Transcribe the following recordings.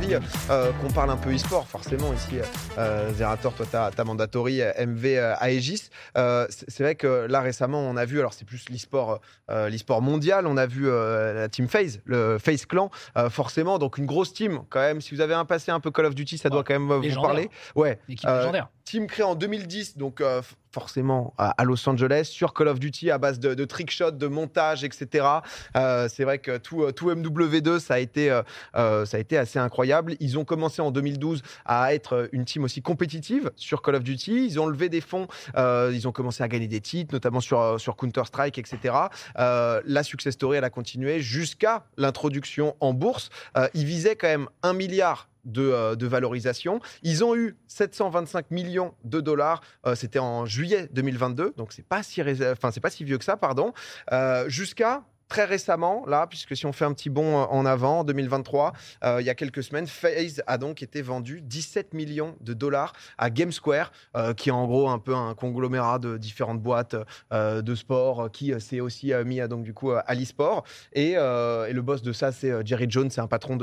envie qu'on parle un peu e-sport, forcément. Ici, Zerator, toi, t'as Mandatory, MV, Aegis. C'est vrai que là, récemment, on a vu, alors c'est plus l'e-sport mondial, on a vu la team FaZe, le FaZe Clan, forcément. Donc, une grosse team, quand même. Si vous avez un passé un peu Call of Duty, ça doit quand même vous parler. Ouais. Équipe légendaire. Team créée en 2010, donc forcément à Los Angeles, sur Call of Duty à base de trickshot, de montage, etc. C'est vrai que tout MW2, ça a été assez incroyable. Ils ont commencé en 2012 à être une team aussi compétitive sur Call of Duty. Ils ont levé des fonds, ils ont commencé à gagner des titres, notamment sur Counter-Strike, etc. La success story, elle a continué jusqu'à l'introduction en bourse. Ils visaient quand même 1 milliard de valorisation. Ils ont eu 725 millions de dollars. C'était en juillet 2022, donc c'est pas si vieux que ça, pardon. Jusqu'à très récemment, là, puisque si on fait un petit bond en avant, en 2023, il y a quelques semaines, FaZe a donc été vendu 17 millions de dollars à GameSquare, qui est en gros un peu un conglomérat de différentes boîtes de sport, qui s'est aussi mis donc, du coup, à l'e-sport. Et le boss de ça, c'est Jerry Jones, c'est un patron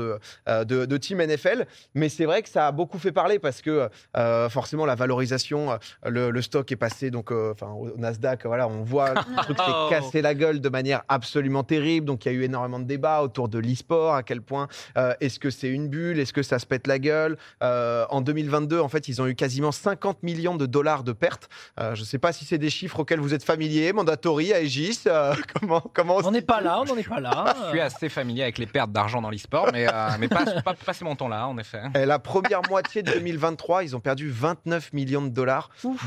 de team NFL. Mais c'est vrai que ça a beaucoup fait parler parce que forcément, la valorisation, le stock est passé donc, au Nasdaq. Voilà, on voit le truc s'est cassé la gueule de manière absolument terrible. Donc, il y a eu énormément de débats autour de l'e-sport. À quel point est-ce que c'est une bulle? Est-ce que ça se pète la gueule? En 2022, en fait, ils ont eu quasiment 50 millions de dollars de pertes. Je ne sais pas si c'est des chiffres auxquels vous êtes familiers. Mandatory, Aegis, comment on n'en est pas là. Je suis assez familier avec les pertes d'argent dans l'e-sport, mais pas ces montants-là, en effet. Et la première moitié de 2023, ils ont perdu 29 millions de dollars.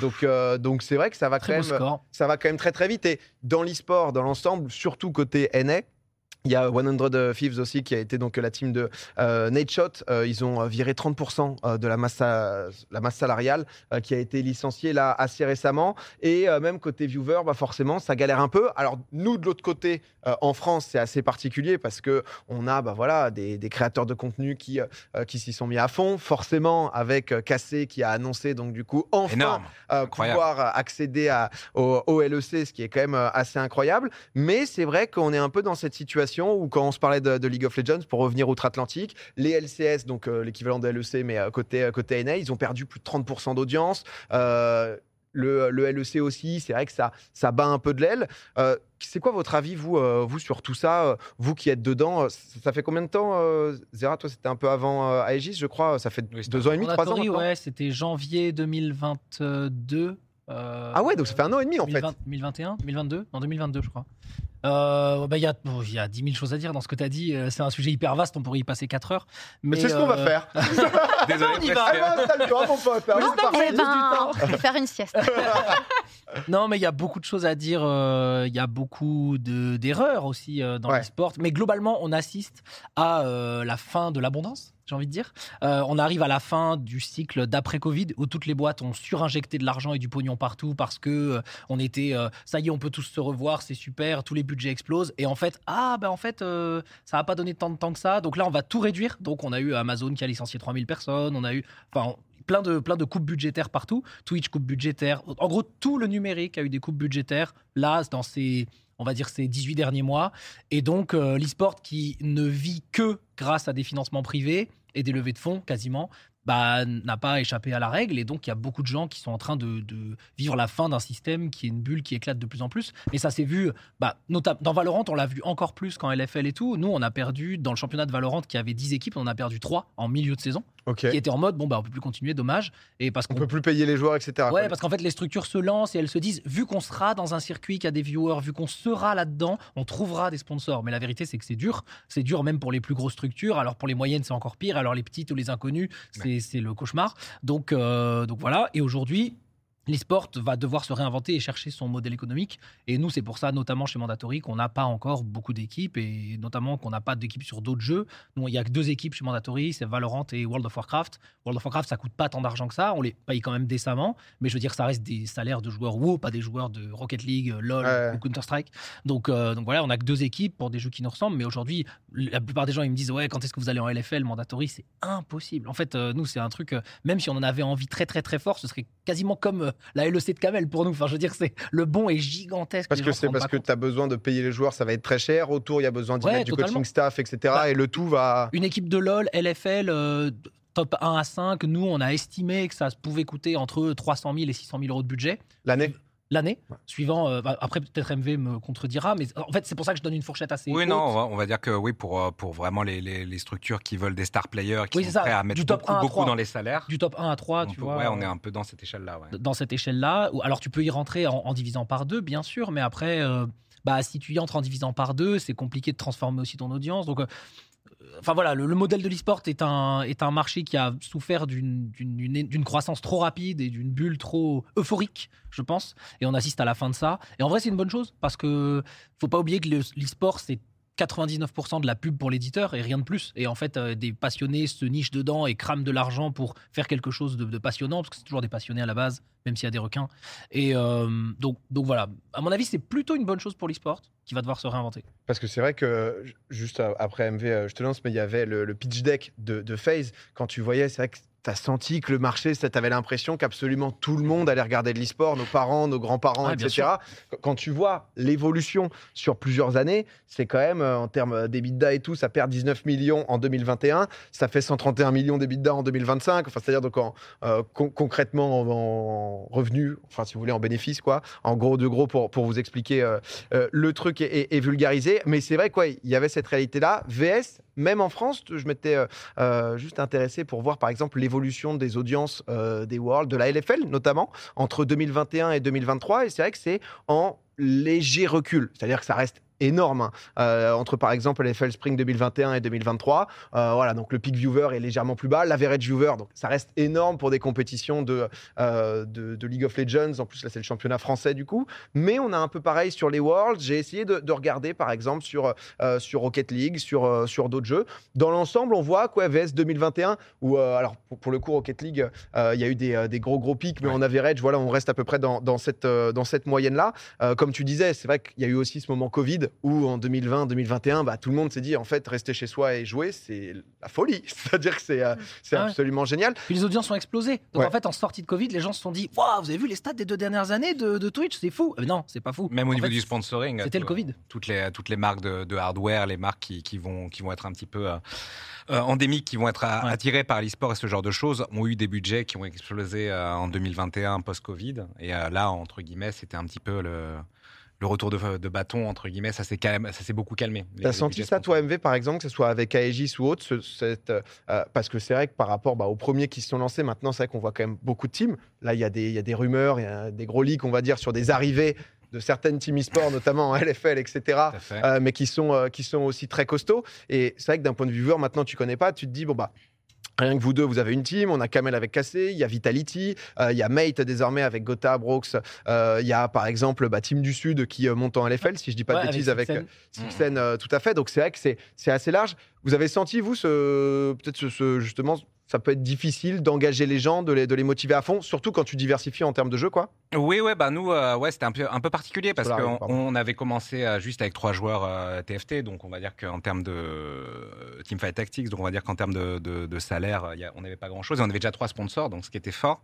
Donc c'est vrai que ça va quand même très très vite. Et dans l'e-sport, dans l'ensemble, surtout côté NA, il y a 100 Thieves aussi qui a été donc la team de Nadeshot. Ils ont viré 30% de la masse salariale qui a été licenciée là assez récemment. Et même côté viewer, forcément, ça galère un peu. Alors nous, de l'autre côté, en France, c'est assez particulier parce que on a des créateurs de contenu qui s'y sont mis à fond. Forcément, avec Cassé qui a annoncé donc du coup enfin pouvoir accéder au LEC, ce qui est quand même assez incroyable. Mais c'est vrai qu'on est un peu dans cette situation où quand on se parlait de League of Legends, pour revenir outre-Atlantique, les LCS, donc l'équivalent de LEC, mais côté NA, ils ont perdu plus de 30% d'audience. Le LEC aussi, c'est vrai que ça bat un peu de l'aile. C'est quoi votre avis, vous sur tout ça, vous qui êtes dedans? Ça fait combien de temps, Zera? Toi, c'était un peu avant Aegis, je crois. Ça fait 2 ans et demi, 3 ans maintenant. Ouais, c'était janvier 2022. Ah ouais, donc ça fait 1 an et demi en fait. 2021, 2022, en 2022 je crois. Il y a 10 000 choses à dire dans ce que tu as dit. C'est un sujet hyper vaste, on pourrait y passer 4 heures. Mais c'est ce qu'on va faire. Désolé, on y va. Installe-toi, mon pote. Faire une sieste. Non, mais il y a beaucoup de choses à dire. Il y a beaucoup d'erreurs aussi dans l'e-sport. Mais globalement, on assiste à la fin de l'abondance, j'ai envie de dire. On arrive à la fin du cycle d'après-Covid où toutes les boîtes ont surinjecté de l'argent et du pognon partout parce que on était ça y est, on peut tous se revoir, c'est super, tous les budgets explosent. Et en fait, ça n'a pas donné tant de temps que ça. Donc là, on va tout réduire. Donc on a eu Amazon qui a licencié 3000 personnes. On a eu plein de coupes budgétaires partout. Twitch, coupe budgétaire. En gros, tout le numérique a eu des coupes budgétaires là, dans ces 18 derniers mois. Et donc, l'e-sport qui ne vit que grâce à des financements privés et des levées de fonds, quasiment, n'a pas échappé à la règle. Et donc, il y a beaucoup de gens qui sont en train de vivre la fin d'un système qui est une bulle qui éclate de plus en plus. Et ça s'est vu, notamment dans Valorant, on l'a vu encore plus qu'en LFL et tout. Nous, on a perdu, dans le championnat de Valorant qui avait 10 équipes, on en a perdu 3 en milieu de saison. Qui étaient en mode, on peut plus continuer, dommage. Et parce qu'on peut plus payer les joueurs, etc. Ouais, parce qu'en fait, les structures se lancent et elles se disent, vu qu'on sera dans un circuit qui a des viewers, vu qu'on sera là-dedans, on trouvera des sponsors. Mais la vérité, c'est que c'est dur. C'est dur même pour les plus grosses structures. Alors pour les moyennes, c'est encore pire. Alors les petites ou les inconnus, c'est le cauchemar. Donc voilà. Et aujourd'hui, l'e-sport va devoir se réinventer et chercher son modèle économique. Et nous, c'est pour ça, notamment chez Mandatory, qu'on n'a pas encore beaucoup d'équipes et notamment qu'on n'a pas d'équipes sur d'autres jeux. Nous, il n'y a que 2 équipes chez Mandatory, c'est Valorant et World of Warcraft. World of Warcraft, ça coûte pas tant d'argent que ça. On les paye quand même décemment. Mais je veux dire, ça reste des salaires de joueurs WoW, pas des joueurs de Rocket League, LoL ou Counter-Strike. Donc voilà, on n'a que 2 équipes pour des jeux qui nous ressemblent. Mais aujourd'hui, la plupart des gens, ils me disent, ouais, quand est-ce que vous allez en LFL, Mandatory? C'est impossible. En fait, nous, c'est un truc, même si on en avait envie très, très, très fort, ce serait quasiment comme la LEC de Kamel pour nous. Enfin, je veux dire, le bond est gigantesque. Parce que c'est parce que tu as besoin de payer les joueurs, ça va être très cher. Autour, il y a besoin d'y mettre du coaching staff, etc. Et le tout va. Une équipe de LoL, LFL, top 1 à 5, nous, on a estimé que ça pouvait coûter entre 300 000 et 600 000 euros de budget. L'année, suivant. Après, peut-être MV me contredira, mais en fait, c'est pour ça que je donne une fourchette assez haute. Oui, non, on va dire que oui, pour vraiment les structures qui veulent des star players, qui sont prêts à mettre beaucoup dans les salaires. Du top 1 à 3, tu vois. Ouais, on est un peu dans cette échelle-là. Ouais. Dans cette échelle-là. Alors, tu peux y rentrer en divisant par 2, bien sûr, mais après, si tu y entres en divisant par 2, c'est compliqué de transformer aussi ton audience. Donc, enfin voilà, le modèle de l'e-sport est un marché qui a souffert d'une croissance trop rapide et d'une bulle trop euphorique, je pense. Et on assiste à la fin de ça. Et en vrai, c'est une bonne chose parce que faut pas oublier que l'e-sport, c'est 99% de la pub pour l'éditeur et rien de plus. Et en fait, des passionnés se nichent dedans et crament de l'argent pour faire quelque chose de passionnant, parce que c'est toujours des passionnés à la base, même s'il y a des requins. Et donc voilà, à mon avis, c'est plutôt une bonne chose pour l'e-sport qui va devoir se réinventer. Parce que c'est vrai que, juste après MV, je te lance, mais il y avait le pitch deck de FaZe. Quand tu voyais, c'est vrai que tu as senti que le marché, tu avais l'impression qu'absolument tout le monde allait regarder de l'e-sport, nos parents, nos grands-parents, etc. Quand tu vois l'évolution sur plusieurs années, c'est quand même, en termes d'EBITDA et tout, ça perd 19 millions en 2021, ça fait 131 millions d'EBITDA en 2025, enfin, c'est-à-dire donc concrètement en revenus, enfin si vous voulez en bénéfices, quoi, en gros de gros pour vous expliquer le truc est vulgarisé, mais c'est vrai qu'il y avait cette réalité-là, VS, même en France, je m'étais juste intéressé pour voir par exemple l'évolution des audiences des Worlds, de la LFL notamment, entre 2021 et 2023, et c'est vrai que c'est en léger recul, c'est-à-dire que ça reste énorme entre par exemple LFL Spring 2021 et 2023, voilà, donc le peak viewer est légèrement plus bas, l'average viewer, donc ça reste énorme pour des compétitions de League of Legends, en plus là c'est le championnat français du coup, mais on a un peu pareil sur les Worlds. J'ai essayé de regarder par exemple sur Rocket League, sur d'autres jeux. Dans l'ensemble on voit quoi, VS 2021 où alors pour le coup Rocket League il y a eu des gros pics, mais en average voilà, on reste à peu près dans cette moyenne là. Comme tu disais, c'est vrai qu'il y a eu aussi ce moment Covid où en 2020-2021, tout le monde s'est dit en fait rester chez soi et jouer, c'est la folie. C'est-à-dire que c'est absolument génial. Puis les audiences ont explosé. Donc en fait, en sortie de Covid, les gens se sont dit waouh, vous avez vu les stats des 2 dernières années de Twitch, c'est fou. Mais non, c'est pas fou. Même au niveau du sponsoring, c'était le Covid. Toutes les marques de hardware, les marques qui vont être un petit peu endémiques, qui vont être attirées par l'e-sport et ce genre de choses, ont eu des budgets qui ont explosé en 2021 post-Covid. Et là, entre guillemets, c'était un petit peu le retour de bâton, entre guillemets, ça s'est beaucoup calmé. T'as senti ça, toi, MV, par exemple, que ce soit avec Aegis ou autre, parce que c'est vrai que par rapport aux premiers qui se sont lancés, maintenant, c'est vrai qu'on voit quand même beaucoup de teams. Là, il y a des rumeurs, il y a des gros leaks, on va dire, sur des arrivées de certaines teams e-sport, notamment en LFL, etc., mais qui sont aussi très costauds. Et c'est vrai que d'un point de vue viewer, maintenant, tu connais pas, tu te dis, rien que vous deux, vous avez une team. On a Kamel avec Cassé, il y a Vitality, il y a Mate désormais avec Gotha, Brox. Il y a par exemple Team du Sud qui monte en LFL, si je dis pas de bêtises, avec Sixen, tout à fait. Donc c'est vrai que c'est assez large. Vous avez senti, vous, justement, ça peut être difficile d'engager les gens, de les motiver à fond, surtout quand tu diversifies en termes de jeu, quoi. Oui, nous, c'était un peu particulier parce qu'on avait commencé juste avec 3 joueurs TFT, donc on va dire qu'en termes de Teamfight Tactics, donc on va dire qu'en termes de salaire, on n'avait pas grand-chose, et on avait déjà 3 sponsors, donc ce qui était fort.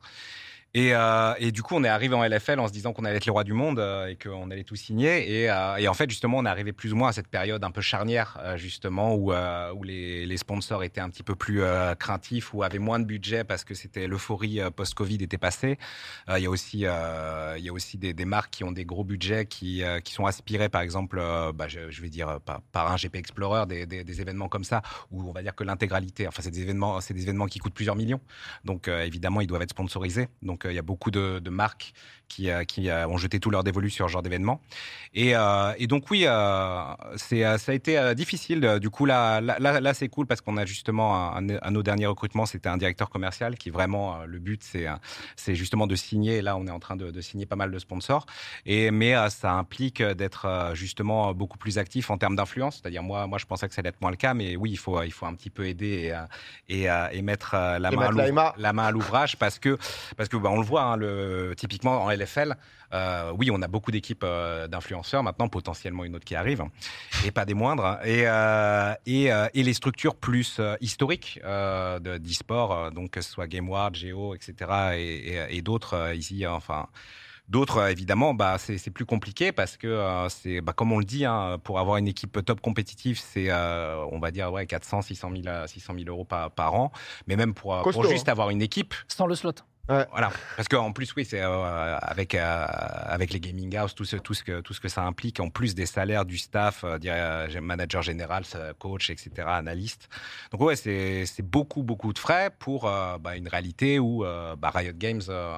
Et du coup, on est arrivé en LFL en se disant qu'on allait être les rois du monde et qu'on allait tout signer. Et en fait, justement, on est arrivé plus ou moins à cette période un peu charnière, justement, où les sponsors étaient un petit peu plus craintifs, ou avaient moins de budget parce que l'euphorie post-Covid était passée. Il y a aussi des marques qui ont des gros budgets qui sont aspirées, par exemple, je vais dire par un GP Explorer, des événements comme ça, où on va dire que l'intégralité, enfin, c'est des événements qui coûtent plusieurs millions. Donc, évidemment, ils doivent être sponsorisés. Donc, il y a beaucoup de marques qui ont jeté tout leur dévolu sur ce genre d'événement. Et donc, oui, ça a été difficile. Du coup, là c'est cool parce qu'on a justement un de nos derniers recrutements, c'était un directeur commercial qui vraiment, le but, c'est justement de signer. Et là, on est en train de signer pas mal de sponsors. Mais ça implique d'être justement beaucoup plus actif en termes d'influence. C'est-à-dire, moi, je pensais que ça allait être moins le cas, mais oui, il faut un petit peu aider et mettre la main à l'ouvrage parce que on le voit, typiquement en LFL, oui, on a beaucoup d'équipes d'influenceurs, maintenant potentiellement une autre qui arrive, et pas des moindres, et les structures plus historiques d'e-sport, donc que ce soit GameWard, Géo, etc., et d'autres ici, D'autres, évidemment, c'est plus compliqué parce que comme on le dit, pour avoir une équipe top compétitive, c'est, on va dire, 400, 600 000 euros par an. Mais même pour juste avoir une équipe. Sans le slot. Ouais. Voilà, parce qu'en plus, oui, c'est avec les gaming house, tout ce que ça implique, en plus des salaires du staff, manager général, coach, etc., analyste. Donc ouais, c'est beaucoup de frais pour une réalité où Riot Games,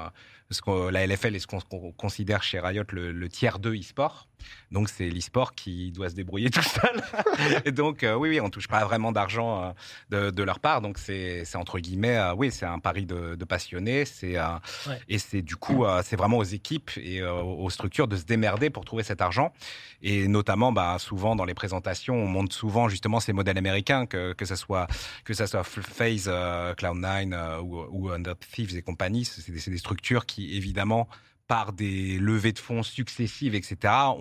la LFL est ce qu'on considère chez Riot le tiers 2 e-sport. Donc c'est l'e-sport qui doit se débrouiller tout seul. Et donc oui, on touche pas vraiment d'argent de leur part. Donc c'est entre guillemets, c'est un pari de passionnés. Et c'est du coup, c'est vraiment aux équipes et aux structures de se démerder pour trouver cet argent. Et notamment, souvent dans les présentations, on montre souvent justement ces modèles américains, que ça soit FaZe, Cloud9 ou Under Thieves et compagnie. C'est des structures qui évidemment, par des levées de fonds successives, etc.,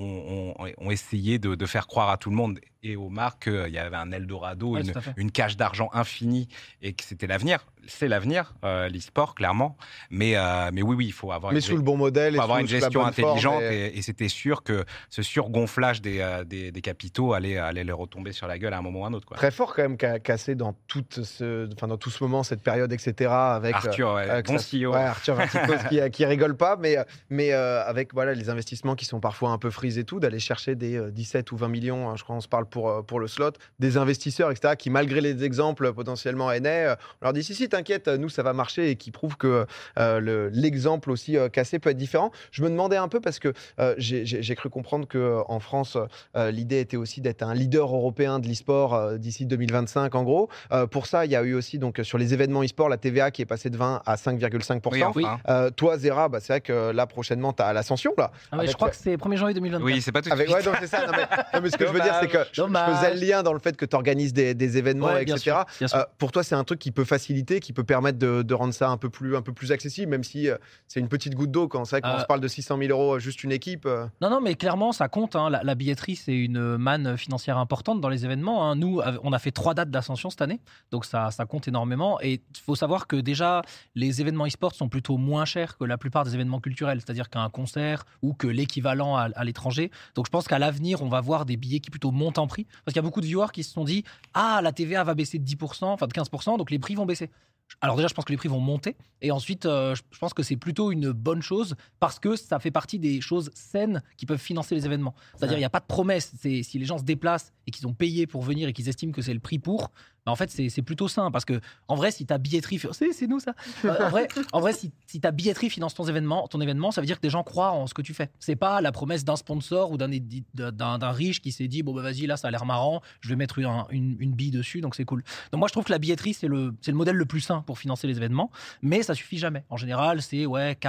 ont essayé de faire croire à tout le monde et aux marques qu'il y avait un Eldorado, une cache d'argent infinie et que c'était l'avenir. C'est l'avenir, l'e-sport, clairement. Mais oui, il faut avoir sous le bon modèle, avoir une gestion intelligente forme et c'était sûr que ce surgonflage des capitaux allait leur retomber sur la gueule à un moment ou à un autre, quoi. Très fort quand même cassé dans tout ce moment, cette période, etc. Avec Arthur, bon CEO. Arthur Verticos qui rigole pas, mais avec les investissements qui sont parfois un peu frises et tout, d'aller chercher des 17 ou 20 millions, je crois on se parle pour le slot, des investisseurs, etc., qui malgré les exemples potentiellement haineux, on leur dit si, t'inquiète, nous ça va marcher, et qui prouvent que l'exemple aussi cassé peut être différent. Je me demandais un peu, parce que j'ai cru comprendre qu'en France, l'idée était aussi d'être un leader européen de l'e-sport d'ici 2025 en gros. Pour ça, il y a eu aussi donc, sur les événements e-sport la TVA qui est passée de 20 à 5,5%. Oui, toi, Zera, c'est vrai que là prochainement, tu as l'ascension. Là, je crois que c'est 1er janvier 2024. Oui, c'est pas tout de suite. Donc c'est ça. Non, mais ce que je veux dire, c'est que je faisais le lien dans le fait que tu organises des événements, etc. Bien sûr. Pour toi, c'est un truc qui peut faciliter, qui peut permettre de rendre ça un peu plus accessible, même si c'est une petite goutte d'eau quand on se parle de 600 000 euros juste une équipe. Non, mais clairement, ça compte. La billetterie, c'est une manne financière importante dans les événements. Nous, on a fait 3 dates d'ascension cette année, donc ça compte énormément. Et il faut savoir que déjà, les événements e-sport sont plutôt moins chers que la plupart des événements culturels, c'est-à-dire qu'un concert ou que l'équivalent à l'étranger. Donc je pense qu'à l'avenir, on va voir des billets qui plutôt montent en prix, parce qu'il y a beaucoup de viewers qui se sont dit « Ah, la TVA va baisser de 10%, enfin de 15%, donc les prix vont baisser ». Alors déjà, je pense que les prix vont monter, et ensuite, je pense que c'est plutôt une bonne chose, parce que ça fait partie des choses saines qui peuvent financer les événements. C'est-à-dire, il n'y a pas de promesse. Si les gens se déplacent et qu'ils ont payé pour venir et qu'ils estiment que c'est le prix pour, en fait, c'est plutôt sain, parce que en vrai, si ta billetterie, c'est nous ça. En vrai, si ta billetterie finance ton événement, ça veut dire que des gens croient en ce que tu fais. C'est pas la promesse d'un sponsor ou d'un riche qui s'est dit vas-y, là ça a l'air marrant, je vais mettre une bille dessus, donc c'est cool. Donc moi, je trouve que la billetterie c'est le modèle le plus sain pour financer les événements, mais ça suffit jamais. En général, c'est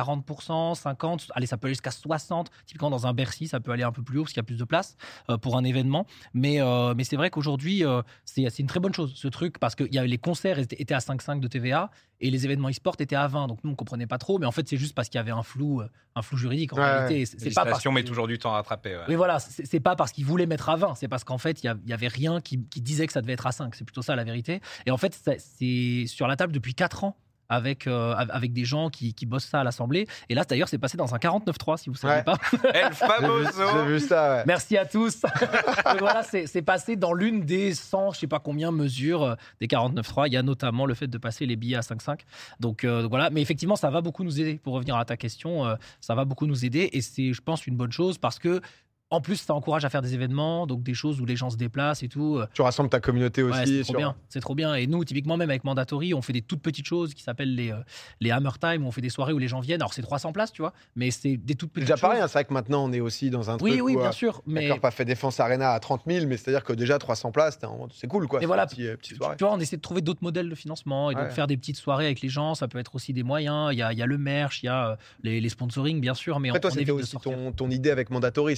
40%, 50%, allez, ça peut aller jusqu'à 60%. Typiquement dans un Bercy, ça peut aller un peu plus haut parce qu'il y a plus de place pour un événement. Mais c'est vrai qu'aujourd'hui, c'est une très bonne chose, ce truc, parce que les concerts étaient à 5,5 de TVA et les événements e-sport étaient à 20. Donc nous, on comprenait pas trop, mais en fait, c'est juste parce qu'il y avait un flou juridique. En réalité, c'est pas parce met toujours du temps à rattraper. Oui, voilà, c'est pas parce qu'ils voulaient mettre à 20, c'est parce qu'en fait, il y avait rien qui disait que ça devait être à 5. C'est plutôt ça la vérité. Et en fait, c'est sur la table depuis 4 ans. Avec des gens qui bossent ça à l'Assemblée. Et là, d'ailleurs, c'est passé dans un 49.3, si vous ne savez pas. El famoso. J'ai vu ça, ouais. Merci à tous. Donc voilà, c'est passé dans l'une des 100, je ne sais pas combien, mesures des 49.3. Il y a notamment le fait de passer les billets à 5,5. Donc voilà, mais effectivement, ça va beaucoup nous aider. Pour revenir à ta question, ça va beaucoup nous aider. Et c'est, je pense, une bonne chose, parce que en plus, ça encourage à faire des événements, donc des choses où les gens se déplacent et tout. Tu rassembles ta communauté aussi. C'est trop bien. Et nous, typiquement, même avec Mandatory, on fait des toutes petites choses qui s'appellent les Hammer Time, où on fait des soirées où les gens viennent. Alors, c'est 300 places, tu vois, mais c'est des toutes petites choses. C'est déjà pareil, c'est vrai que maintenant, on est aussi dans un truc oui, où, bien sûr. Mais d'accord, pas fait Défense Arena à 30 000, mais c'est-à-dire que déjà 300 places, c'est cool, quoi. Et voilà, petite soirée. Tu vois, on essaie de trouver d'autres modèles de financement et donc faire des petites soirées avec les gens. Ça peut être aussi des moyens. Il y a le merch, il y a les sponsoring, bien sûr. Mais après, toi, c'était aussi ton idée avec Mandatory, c'est-à-dire que c'était de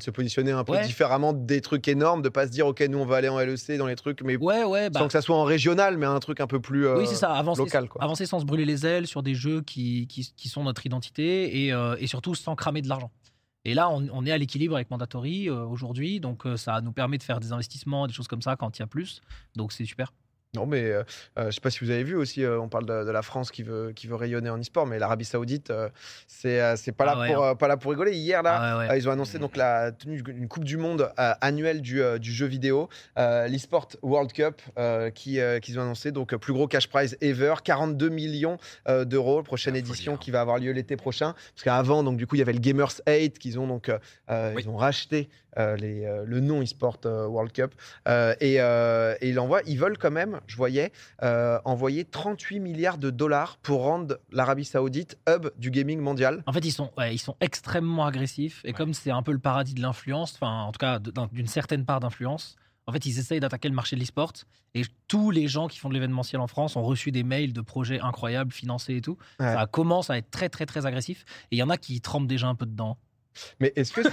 se positionner un peu différemment des trucs énormes, de pas se dire, OK, nous, on va aller en LEC dans les trucs, mais sans que ça soit en régional, mais un truc un peu plus c'est ça, local. Quoi. Avancer sans se brûler les ailes sur des jeux qui sont notre identité et surtout sans cramer de l'argent. Et là, on est à l'équilibre avec Mandatory aujourd'hui, donc ça nous permet de faire des investissements, des choses comme ça quand il y a plus. Donc c'est super. Non, mais je sais pas si vous avez vu aussi, on parle de la France qui veut rayonner en e-sport, mais l'Arabie Saoudite, c'est pas là pour rigoler. Hier, là, ils ont annoncé donc la tenue d'une Coupe du Monde annuelle du jeu vidéo, l'e-sport World Cup, qu'ils ont annoncé. Donc, plus gros cash prize ever, 42 millions d'euros, prochaine édition qui va avoir lieu l'été prochain. Parce qu'avant, donc, du coup, il y avait le Gamers 8 qu'ils ont donc ils ont racheté le nom e-sport World Cup et ils veulent quand même, je voyais, envoyer 38 milliards de dollars pour rendre l'Arabie Saoudite hub du gaming mondial. En fait, ils sont extrêmement agressifs et comme c'est un peu le paradis de l'influence, enfin en tout cas d'une certaine part d'influence, en fait, ils essayent d'attaquer le marché de l'e-sport et tous les gens qui font de l'événementiel en France ont reçu des mails de projets incroyables, financés et tout. Ça commence à être très, très, très agressif et il y en a qui trempent déjà un peu dedans. Mais est-ce que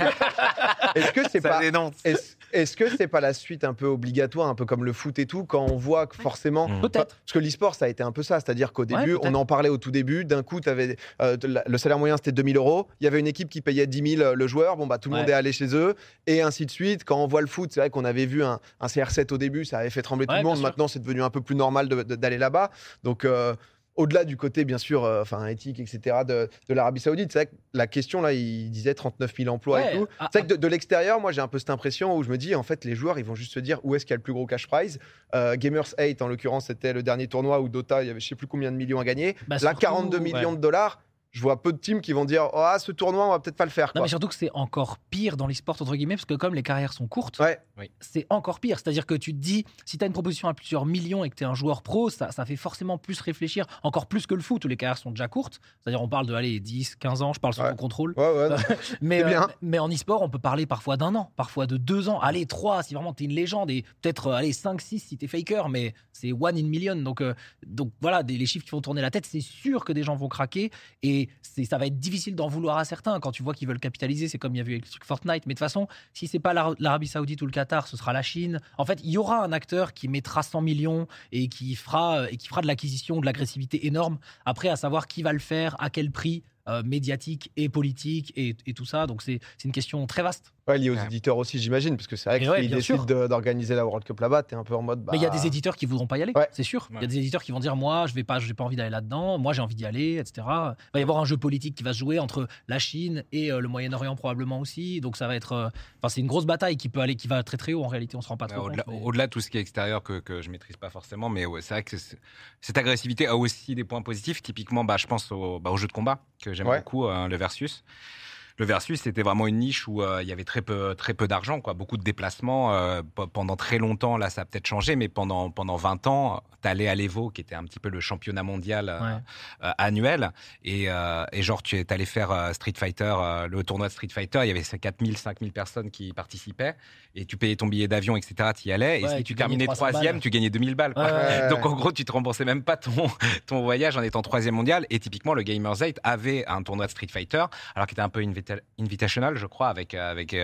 c'est pas la suite un peu obligatoire, un peu comme le foot et tout, quand on voit que forcément peut-être parce que l'e-sport ça a été un peu ça, c'est-à-dire qu'au début on en parlait au tout début, d'un coup t'avais le salaire moyen c'était 2 000 €, il y avait une équipe qui payait 10 000 le joueur, tout le monde est allé chez eux et ainsi de suite. Quand on voit le foot, c'est vrai qu'on avait vu un CR7 au début, ça avait fait trembler tout le monde, maintenant c'est devenu un peu plus normal d'aller là-bas, donc au-delà du côté, bien sûr, éthique, etc., de l'Arabie Saoudite, c'est vrai que la question, là, il disait 39 000 emplois et tout. C'est vrai que de l'extérieur, moi, j'ai un peu cette impression où je me dis, en fait, les joueurs, ils vont juste se dire où est-ce qu'il y a le plus gros cash prize. Gamers 8, en l'occurrence, c'était le dernier tournoi où Dota, il y avait je sais plus combien de millions à gagner. Là, 42 millions de dollars. Je vois peu de teams qui vont dire ce tournoi, on va peut-être pas le faire. Non, mais surtout que c'est encore pire dans l'e-sport, entre guillemets, parce que comme les carrières sont courtes, c'est encore pire. C'est-à-dire que tu te dis, si tu as une proposition à plusieurs millions et que tu es un joueur pro, ça fait forcément plus réfléchir, encore plus que le foot où les carrières sont déjà courtes. C'est-à-dire, on parle de 10, 15 ans, je parle sous ton contrôle. Mais en e-sport, on peut parler parfois d'1 an, parfois de 2 ans, 3 si vraiment tu es une légende, et peut-être 5, 6 si tu es faker, mais c'est 1 in million. Donc voilà, les chiffres qui vont tourner la tête, c'est sûr que des gens vont craquer. Et ça va être difficile d'en vouloir à certains quand tu vois qu'ils veulent capitaliser. C'est comme il y a eu avec le truc Fortnite. Mais de toute façon, si c'est pas l'Arabie Saoudite ou le Qatar, ce sera la Chine. En fait, il y aura un acteur qui mettra 100 millions et qui fera de l'acquisition, de l'agressivité énorme. Après, à savoir qui va le faire, à quel prix médiatique et politique et tout ça. Donc, c'est une question très vaste. Lié aux éditeurs aussi, j'imagine, parce que c'est vrai que s'ils décident d'organiser la World Cup là-bas, t'es un peu en mode. Mais il y a des éditeurs qui voudront pas y aller, c'est sûr. Il y a des éditeurs qui vont dire moi, j'ai pas envie d'aller là-dedans, moi j'ai envie d'y aller, etc. Il va y avoir un jeu politique qui va se jouer entre la Chine et le Moyen-Orient probablement aussi. Donc ça va être, c'est une grosse bataille qui va très très haut en réalité. On se rend pas trop compte. Au-delà de tout ce qui est extérieur que je maîtrise pas forcément, mais c'est vrai que cette agressivité a aussi des points positifs. Typiquement, je pense au jeu de combat que j'aime beaucoup, le versus. Le versus, c'était vraiment une niche où il y avait très peu d'argent, quoi. Beaucoup de déplacements. Pendant très longtemps, là, ça a peut-être changé, mais pendant 20 ans, t'allais à l'Evo, qui était un petit peu le championnat mondial annuel. Et genre, tu es allé faire Street Fighter, le tournoi de Street Fighter, il y avait 4 000, 5 000 personnes qui participaient. Et tu payais ton billet d'avion, etc. Tu y allais. Et si tu terminais 3e, tu gagnais 2 000 balles. Quoi. Donc, en gros, tu te remboursais même pas ton voyage en étant 3e mondial. Et typiquement, le Gamers 8 avait un tournoi de Street Fighter, alors qu'il était un peu invitational, je crois, avec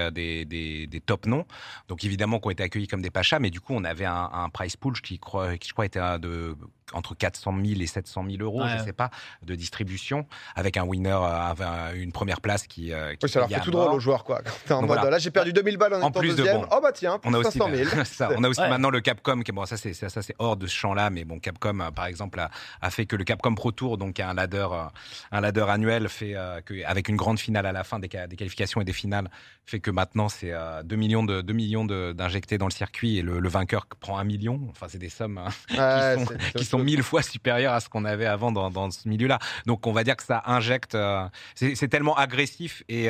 des top noms. Donc, évidemment, qui ont été accueillis comme des pachas. Mais du coup, on avait un prize pool qui, je crois, était entre 400 000 et 700 000 euros, je sais pas, de distribution, avec un winner, une première place qui ça leur fait tout drôle aux joueurs, quoi. Quand t'es en mode, là, j'ai perdu 2 000 balles en étant deuxième. Tiens, on a aussi 500 000. On a aussi maintenant le Capcom, qui ça c'est hors de ce champ-là, mais bon, Capcom, par exemple, a fait que le Capcom Pro Tour, donc un ladder annuel, fait avec une grande finale à la fin, des qualifications et des finales, fait que maintenant c'est 2 millions d'injectés dans le circuit et le vainqueur prend 1 million. Enfin, c'est des sommes qui sont 1000 fois supérieures à ce qu'on avait avant dans ce milieu-là. Donc, on va dire que ça injecte. C'est tellement agressif et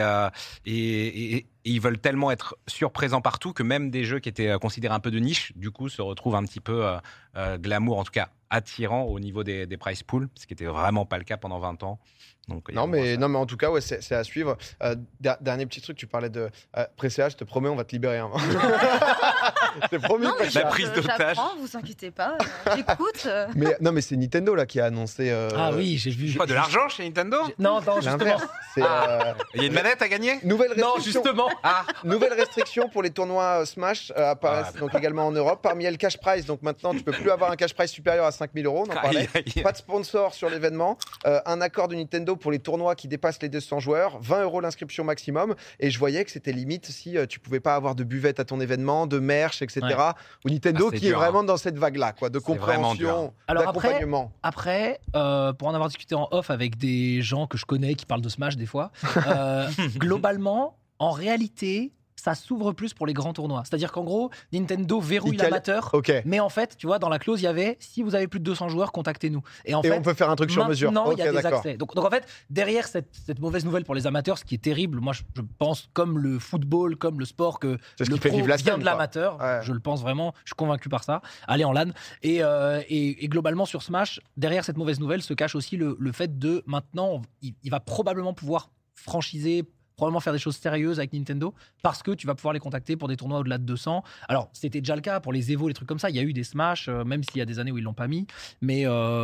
ils veulent tellement être surprésents partout que même des jeux qui étaient considérés un peu de niche, du coup, se retrouvent un petit peu glamour, en tout cas attirant au niveau des prize pools, ce qui n'était vraiment pas le cas pendant 20 ans. Donc, non, mais en tout cas, c'est à suivre. Dernier petit truc, tu parlais de pré-CA, je te promets, on va te libérer. Hein. C'est promis. La prise d'otage. Vous inquiétez pas, j'écoute. Mais c'est Nintendo là qui a annoncé. Ah oui, j'ai vu. De l'argent chez Nintendo ? Non, justement. Il y a une manette à gagner ? Nouvelle restriction. Non, justement. Nouvelle restriction pour les tournois Smash apparaissent donc également en Europe. Parmi elles, cash prize. Donc maintenant, tu peux plus avoir un cash prize supérieur à 5 000 €. On en parlait. Pas de sponsor sur l'événement. Un accord de Nintendo pour les tournois qui dépassent les 200 joueurs. 20 € l'inscription maximum. Et je voyais que c'était limite si tu pouvais pas avoir de buvette à ton événement, de merch, etc. Ouais. Ou Nintendo qui est vraiment dans cette vague-là, quoi, de compréhension, d'accompagnement. Après, pour en avoir discuté en off avec des gens que je connais qui parlent de Smash des fois, globalement, en réalité, ça s'ouvre plus pour les grands tournois. C'est-à-dire qu'en gros, Nintendo verrouille l'amateur. Mais en fait, tu vois, dans la clause, il y avait si vous avez plus de 200 joueurs, contactez-nous. Et en fait, on peut faire un truc sur mesure. Non, il y a des accès. Donc en fait, derrière cette mauvaise nouvelle pour les amateurs, ce qui est terrible, moi je pense comme le football, comme le sport, que le pro vient de l'amateur. Ouais. Je le pense vraiment. Je suis convaincu par ça. Allez en LAN. Et globalement sur Smash, derrière cette mauvaise nouvelle se cache aussi le fait de maintenant, il va probablement pouvoir franchiser, probablement faire des choses sérieuses avec Nintendo parce que tu vas pouvoir les contacter pour des tournois au-delà de 200. Alors, c'était déjà le cas pour les Evo, les trucs comme ça. Il y a eu des Smash, même s'il y a des années où ils l'ont pas mis. Mais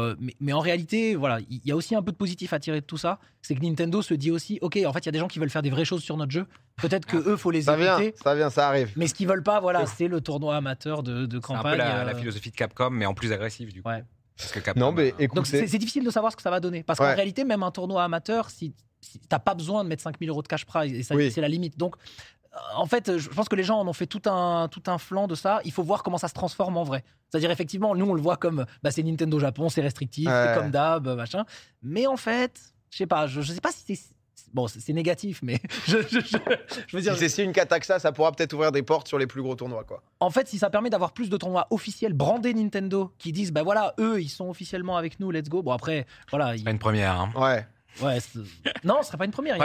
en réalité, voilà, il y a aussi un peu de positif à tirer de tout ça. C'est que Nintendo se dit aussi, OK, en fait, il y a des gens qui veulent faire des vraies choses sur notre jeu. Peut-être que eux, faut les éviter. Ça arrive. Mais ce qu'ils veulent pas, voilà, c'est le tournoi amateur de campagne. C'est un peu la philosophie de Capcom, mais en plus agressive, du coup. Ouais. Parce que Capcom, non, mais écoutez... Donc, c'est difficile de savoir ce que ça va donner. Parce qu'en réalité, même un tournoi amateur, si t'as pas besoin de mettre 5 000 € de cash prize, et ça, c'est la limite. Donc, en fait, je pense que les gens en ont fait tout un flanc de ça. Il faut voir comment ça se transforme en vrai. C'est-à-dire, effectivement, nous, on le voit comme c'est Nintendo Japon, c'est restrictif, c'est comme d'hab, machin. Mais en fait, je sais pas, je sais pas si c'est. Bon, c'est négatif, mais je veux dire. Si c'est une cata que ça pourra peut-être ouvrir des portes sur les plus gros tournois, quoi. En fait, si ça permet d'avoir plus de tournois officiels brandés Nintendo qui disent, voilà, eux, ils sont officiellement avec nous, let's go. Bon, après, voilà. C'est pas une première, hein. Ouais. Ouais, non, ce serait pas une première.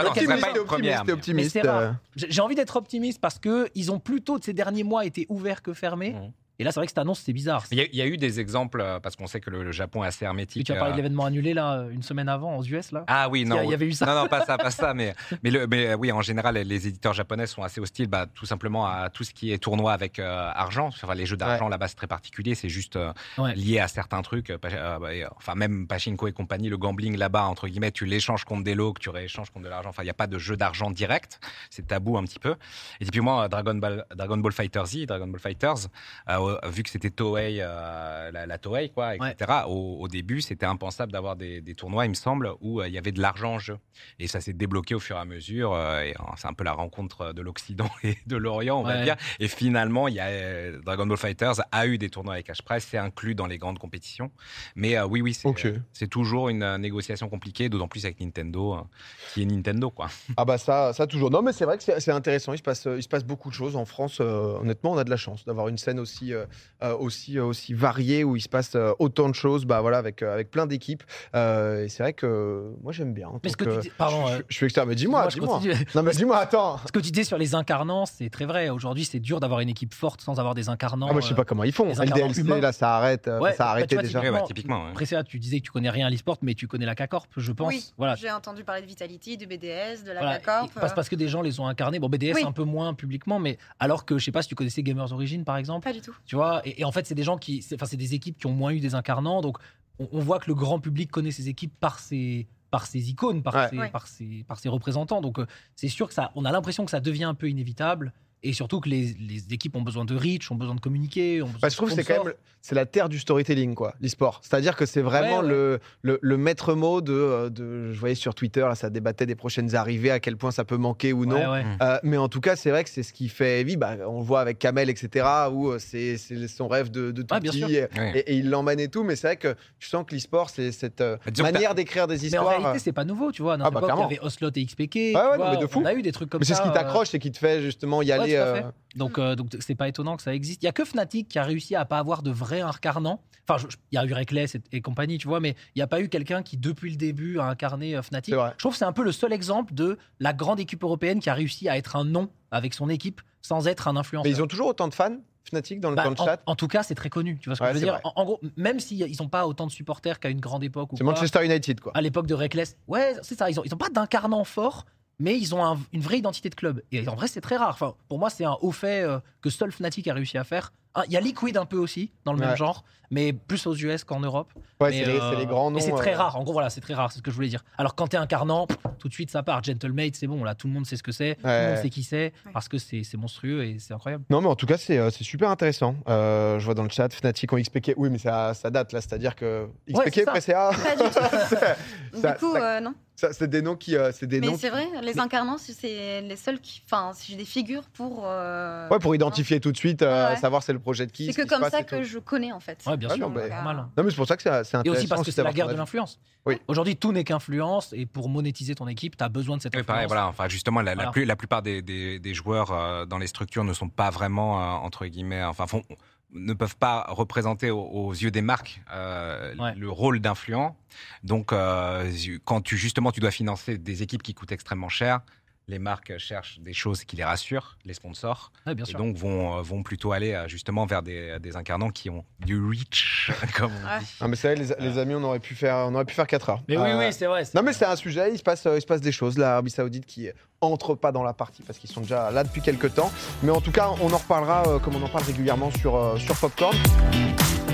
T'es optimiste. J'ai envie d'être optimiste parce que ils ont plutôt de ces derniers mois été ouverts que fermés. Et là, c'est vrai que cette annonce, c'est bizarre. Il y a eu des exemples, parce qu'on sait que le Japon est assez hermétique. Et tu as parlé de l'événement annulé, là, une semaine avant, aux US, là. Ah oui, non. Il y avait eu ça. Non, pas ça. Mais oui, en général, les éditeurs japonais sont assez hostiles, tout simplement à tout ce qui est tournoi avec argent. Enfin, les jeux d'argent, là-bas, c'est très particulier. C'est juste lié à certains trucs. Enfin, même Pachinko et compagnie, le gambling, là-bas, entre guillemets, tu l'échanges contre des lots, que tu rééchanges contre de l'argent. Enfin, il n'y a pas de jeu d'argent direct. C'est tabou un petit peu. Et puis moi, Dragon Ball FighterZ, Dragon Ball Fighters, vu que c'était Toei, la Toei, quoi, etc. Ouais. Au début, c'était impensable d'avoir des tournois, il me semble, où il y avait de l'argent en jeu. Et ça s'est débloqué au fur et à mesure. Et c'est un peu la rencontre de l'Occident et de l'Orient, on va dire. Et finalement, Dragon Ball Fighters a eu des tournois avec cash prize, c'est inclus dans les grandes compétitions. Mais oui, c'est toujours une négociation compliquée, d'autant plus avec Nintendo, qui est Nintendo, quoi. Ah bah ça toujours. Non, mais c'est vrai que c'est intéressant. Il se passe beaucoup de choses en France. Honnêtement, on a de la chance d'avoir une scène aussi variée où il se passe autant de choses. Avec plein d'équipes. Et c'est vrai que moi j'aime bien. Mais ce que tu dis, pardon, je suis extérieur. Mais dis-moi. Non, mais dis-moi. Attends. Ce que tu dis sur les incarnants, c'est très vrai. Aujourd'hui, c'est dur d'avoir une équipe forte sans avoir des incarnants. Ah, moi je sais pas comment ils font. LDLC là, ça arrête. Ça a arrêté déjà. Typiquement. Après ça, tu disais que tu connais rien à l'e-sport, mais tu connais la K-Corp, je pense. Oui. Voilà. J'ai entendu parler de Vitality, de BDS, de la K-Corp. Parce que des gens les ont incarnés. Bon, BDS un peu moins publiquement, mais alors que je sais pas si tu connaissais Gamers Origin par exemple. Pas du tout. Tu vois, et en fait, c'est des gens c'est des équipes qui ont moins eu des incarnants, donc on voit que le grand public connaît ces équipes par ses icônes, par ses représentants. Donc c'est sûr que on a l'impression que ça devient un peu inévitable. Et surtout que les équipes ont besoin de reach, ont besoin de communiquer. Je trouve que c'est quand même c'est la terre du storytelling, quoi, l'e-sport. C'est-à-dire que c'est vraiment le maître mot de. Je voyais sur Twitter, là, ça débattait des prochaines arrivées, à quel point ça peut manquer ou non. Mais en tout cas, c'est vrai que c'est ce qui fait vie. On le voit avec Kamel, etc., où c'est son rêve de tout petit. Et il l'emmène et tout. Mais c'est vrai que tu sens que l'e-sport, c'est cette manière d'écrire des histoires. Mais en réalité, c'est pas nouveau, tu vois. Il y avait Ocelot et XPK. On a eu des trucs comme ça. Mais c'est ce qui t'accroche, c'est qui te fait justement y aller. Donc c'est pas étonnant que ça existe. Il y a que Fnatic qui a réussi à pas avoir de vrais incarnants. Enfin, il y a eu Reckless et compagnie, tu vois, mais il n'y a pas eu quelqu'un qui depuis le début a incarné Fnatic. Je trouve que c'est un peu le seul exemple de la grande équipe européenne qui a réussi à être un nom avec son équipe sans être un influenceur. Mais ils ont toujours autant de fans Fnatic dans le temps de chat. En tout cas, c'est très connu. Tu vois ce que je veux dire. En gros, même s'ils n'ont pas autant de supporters qu'à une grande époque. C'est Manchester United, quoi. À l'époque de Reckless. Ouais, c'est ça. Ils ont pas d'incarnant fort. Mais ils ont une vraie identité de club. Et en vrai, c'est très rare. Enfin, pour moi, c'est un haut fait que seul Fnatic a réussi à faire. Il y a Liquid un peu aussi, dans le même genre, mais plus aux US qu'en Europe. Ouais, c'est les grands noms. Mais c'est très rare. En gros, voilà, c'est très rare, c'est ce que je voulais dire. Alors, quand t'es incarnant, tout de suite, ça part. Gentlemate, c'est bon, là, tout le monde sait ce que c'est, tout le monde sait qui c'est, parce que c'est monstrueux et c'est incroyable. Non, mais en tout cas, c'est super intéressant. Je vois dans le chat, Fnatic en XPK. Oui, mais ça date, là, c'est-à-dire que XPK, PCA. Pas du tout. Du coup, non. C'est des noms qui. Mais c'est vrai, les incarnants, c'est les seuls qui. Enfin, j'ai des figures pour. Pour identifier tout de suite, savoir c'est le projet de qui. C'est que comme ça que je connais en fait. Ouais, bien sûr, normal. Non, mais c'est pour ça que c'est intéressant. Et aussi parce que c'est la guerre de l'influence. Oui. Aujourd'hui, tout n'est qu'influence, et pour monétiser ton équipe, tu as besoin de cette influence. Pareil, voilà. Enfin, justement, la plupart des joueurs dans les structures ne sont pas vraiment, entre guillemets, ne peuvent pas représenter aux yeux des marques le rôle d'influent. Donc, quand tu dois financer des équipes qui coûtent extrêmement cher, les marques cherchent des choses qui les rassurent, les sponsors, bien sûr. Et donc vont plutôt aller justement vers des incarnants qui ont du reach, comme on dit. Ah, mais c'est vrai, les amis, on aurait pu faire 4 heures. Mais oui, c'est vrai. Non, mais c'est un sujet, il se passe des choses. L'Arabie Saoudite qui entre pas dans la partie parce qu'ils sont déjà là depuis quelques temps. Mais en tout cas, on en reparlera comme on en parle régulièrement sur Popcorn.